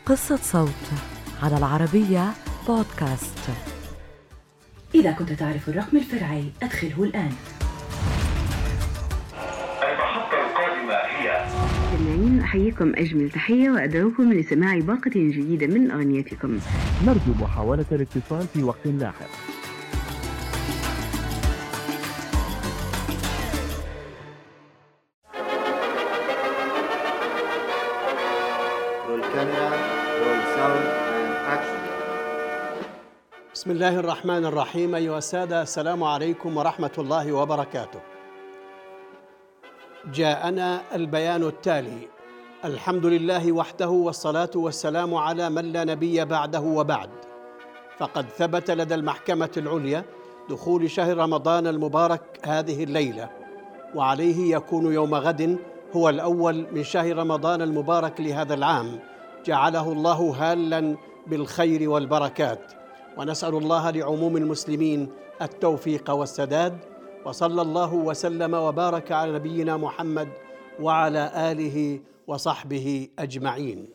قصة صوت على العربية بودكاست. إذا كنت تعرف الرقم الفرعي أدخله الآن. المحطة القادمة هي سماعين، أحييكم أجمل تحية وأدعوكم لسماع باقة جديدة من أغنيتكم. نرجو محاولة الاتصال في وقت لاحق. بسم الله الرحمن الرحيم. أيها السادة، السلام عليكم ورحمة الله وبركاته. جاءنا البيان التالي: الحمد لله وحده، والصلاة والسلام على من لا نبي بعده وبعد. فقد ثبت لدى المحكمة العليا دخول شهر رمضان المبارك هذه الليلة، وعليه يكون يوم غد هو الأول من شهر رمضان المبارك لهذا العام، جعله الله هالا بالخير والبركات. ونسأل الله لعموم المسلمين التوفيق والسداد، وصلى الله وسلم وبارك على نبينا محمد وعلى آله وصحبه أجمعين.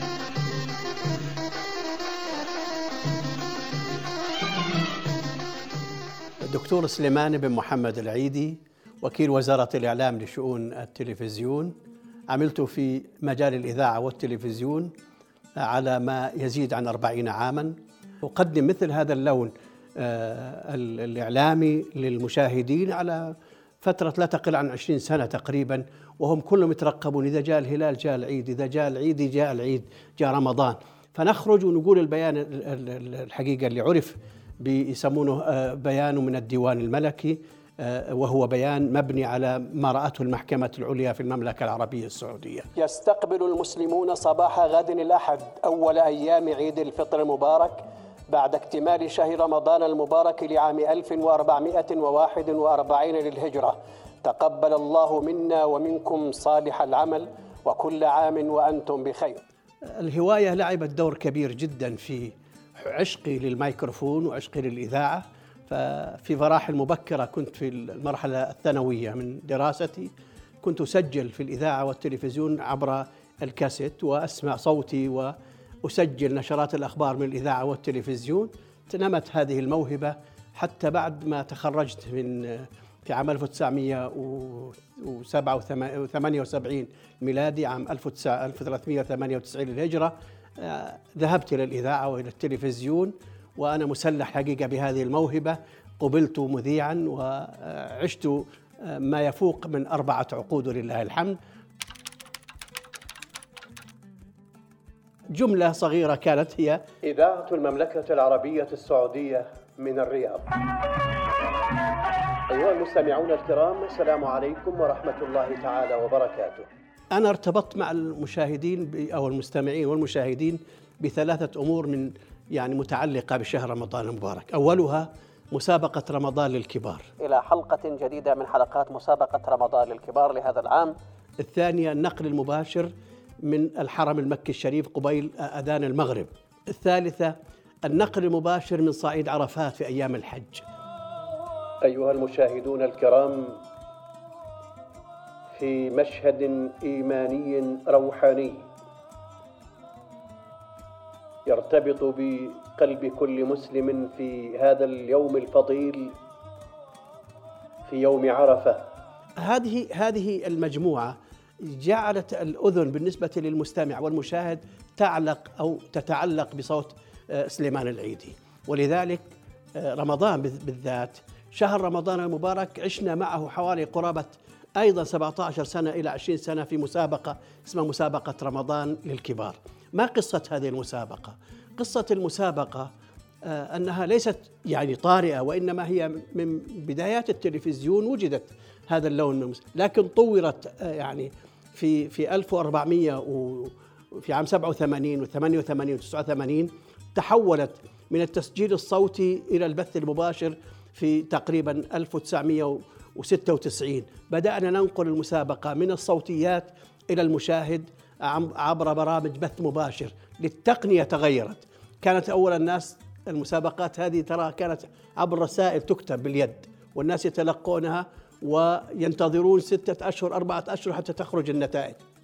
الدكتور سليمان بن محمد العيدي، وكيل وزارة الإعلام لشؤون التلفزيون. عملت في مجال الإذاعة والتلفزيون على ما يزيد عن 40 عاماً. أقدم مثل هذا اللون الإعلامي للمشاهدين على فترة لا تقل عن 20 سنة تقريبا، وهم كلهم يترقبون إذا جاء الهلال جاء العيد، إذا جاء العيد جاء العيد، جاء رمضان. فنخرج ونقول البيان الحقيقة اللي عرف بيسمونه بيان من الديوان الملكي، وهو بيان مبني على ما رأته المحكمة العليا في المملكة العربية السعودية. يستقبل المسلمون صباح غد الأحد أول أيام عيد الفطر المبارك بعد اكتمال شهر رمضان المبارك لعام 1441 للهجرة. تقبل الله منا ومنكم صالح العمل، وكل عام وأنتم بخير. الهواية لعبت دور كبير جدا في عشقي للميكروفون وعشقي للإذاعة. ففي مراحل مبكرة كنت في المرحلة الثانوية من دراستي كنت أسجل في الإذاعة والتلفزيون عبر الكاسيت، وأسمع صوتي وأسجل نشرات الأخبار من الإذاعة والتلفزيون. تنمت هذه الموهبة حتى بعد ما تخرجت في عام 1978 ميلادي، عام 1398 للهجرة. ذهبت إلى الإذاعة وإلى التلفزيون وأنا مسلح حقيقة بهذه الموهبة. قبلت مذيعاً وعشت ما يفوق من 4 عقود لله الحمد. جملة صغيرة كانت هي: إذاعة المملكة العربية السعودية من الرياض. أيها المستمعون الكرام، السلام عليكم ورحمة الله تعالى وبركاته. أنا ارتبطت مع المشاهدين أو المستمعين والمشاهدين بثلاثة أمور متعلقة بشهر رمضان المبارك. أولها مسابقة رمضان للكبار، إلى حلقة جديدة من حلقات مسابقة رمضان للكبار لهذا العام. الثانية النقل المباشر من الحرم المكي الشريف قبيل أذان المغرب. الثالثة النقل المباشر من صعيد عرفات في أيام الحج. أيها المشاهدون الكرام، في مشهد إيماني روحاني يرتبط بقلب كل مسلم في هذا اليوم الفضيل، في يوم عرفة. هذه المجموعة جعلت الأذن بالنسبة للمستمع والمشاهد تعلق أو تتعلق بصوت سليمان العيدي. ولذلك رمضان بالذات، شهر رمضان المبارك، عشنا معه حوالي قرابة أيضا 17 سنة إلى 20 سنة في مسابقة اسمها مسابقة رمضان للكبار. ما قصة هذه المسابقة؟ قصة المسابقة أنها ليست طارئة، وإنما هي من بدايات التلفزيون وجدت هذا اللون، لكن طورت في 1400 وفي عام 87 و88 و89 تحولت من التسجيل الصوتي إلى البث المباشر في تقريبا 1996. بدأنا ننقل المسابقة من الصوتيات إلى المشاهد عبر برامج بث مباشر. للتقنية تغيرت. كانت أول الناس المسابقات هذه ترى كانت عبر رسائل تكتب باليد، والناس يتلقونها وينتظرون 6 أشهر 4 أشهر حتى تخرج النتائج.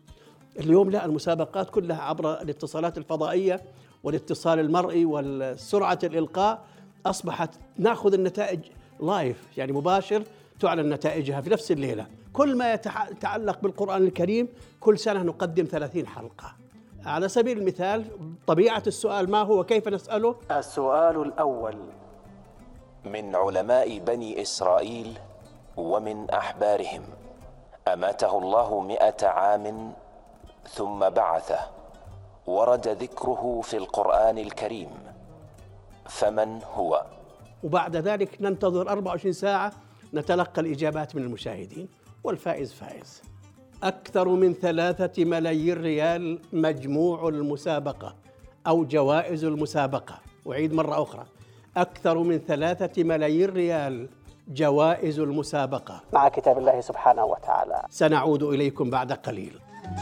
اليوم لا، المسابقات كلها عبر الاتصالات الفضائية والاتصال المرئي والسرعة الإلقاء، أصبحت نأخذ النتائج لايف، يعني مباشر، تعلن نتائجها في نفس الليلة. كل ما يتعلق بالقرآن الكريم كل سنة نقدم 30 حلقة. على سبيل المثال، طبيعة السؤال ما هو وكيف نسأله؟ السؤال الأول: من علماء بني إسرائيل ومن أحبارهم أماته الله 100 عام ثم بعثه، ورد ذكره في القرآن الكريم، فمن هو؟ وبعد ذلك ننتظر 24 ساعة نتلقى الإجابات من المشاهدين، والفائز فائز. أكثر من 3 ملايين ريال مجموع المسابقة أو جوائز المسابقة. أعيد مرة أخرى، أكثر من 3 ملايين ريال جوائز المسابقة مع كتاب الله سبحانه وتعالى. سنعود إليكم بعد قليل.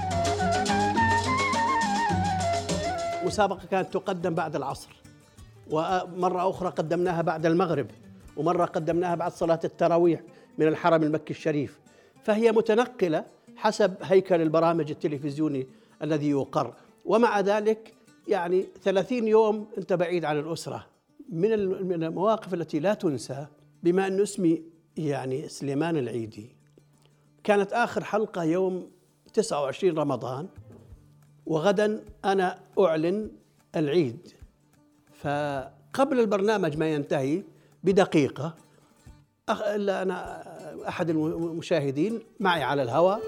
مسابقة كانت تقدم بعد العصر، ومرة أخرى قدمناها بعد المغرب، ومرة قدمناها بعد صلاة التراويح من الحرم المكي الشريف، فهي متنقلة حسب هيكل البرامج التلفزيوني الذي يقر. ومع ذلك يعني 30 يوم أنت بعيد عن الأسرة. من المواقف التي لا تنسى، بما أنه اسمي يعني سليمان العيدي، كانت آخر حلقة يوم 29 رمضان، وغدا أنا أعلن العيد. فقبل البرنامج ما ينتهي بدقيقة، إلا أنا أحد المشاهدين معي على الهواء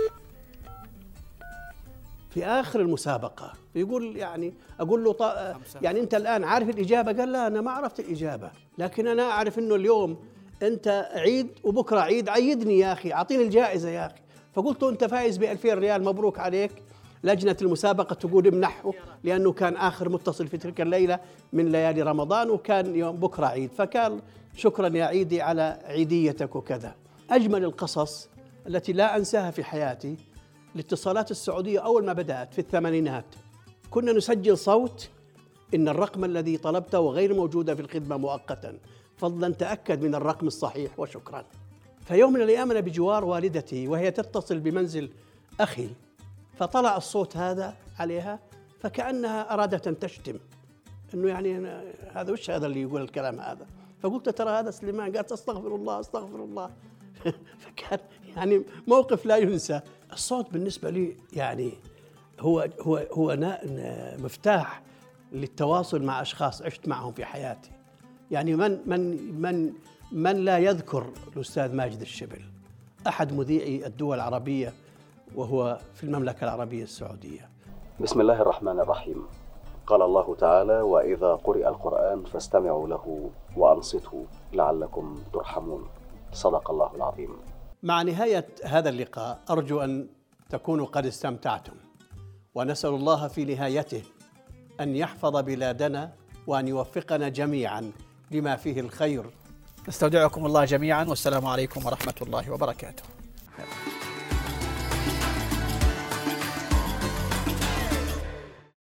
في آخر المسابقة يقول، يعني أقول له يعني أنت الآن عارف الإجابة؟ قال لا، أنا ما عرفت الإجابة، لكن أنا أعرف أنه اليوم أنت عيد وبكرة عيد، عيدني يا أخي، أعطيني الجائزة يا أخي. فقلت له أنت فايز ب2000 ريال، مبروك عليك. لجنة المسابقة تقول امنحه، لأنه كان آخر متصل في تلك الليلة من ليالي رمضان، وكان يوم بكرة عيد، فقال شكرا يا عيدي على عيديتك وكذا. أجمل القصص التي لا أنساها في حياتي الاتصالات السعودية. أول ما بدأت في الثمانينات كنا نسجل صوت إن الرقم الذي طلبته غير موجودة في الخدمة مؤقتا، فضلا تأكد من الرقم الصحيح وشكرا. فيوم من الأيام أنا بجوار والدتي وهي تتصل بمنزل أخي، فطلع الصوت هذا عليها، فكأنها أرادت أن تشتم، إنه يعني هذا وش هذا اللي يقول الكلام هذا؟ فقلت ترى هذا سليمان. قالت أستغفر الله أستغفر الله. فكان يعني موقف لا ينسى. الصوت بالنسبة لي يعني هو مفتاح للتواصل مع أشخاص عشت معهم في حياتي. يعني من لا يذكر الأستاذ ماجد الشبل، أحد مذيعي الدول العربية وهو في المملكة العربية السعودية. بسم الله الرحمن الرحيم. قال الله تعالى: وإذا قرئ القرآن فاستمعوا له وأنصتوا لعلكم ترحمون. صدق الله العظيم. مع نهاية هذا اللقاء أرجو أن تكونوا قد استمتعتم، ونسأل الله في نهايته أن يحفظ بلادنا وأن يوفقنا جميعا لما فيه الخير. نستودعكم الله جميعا، والسلام عليكم ورحمة الله وبركاته.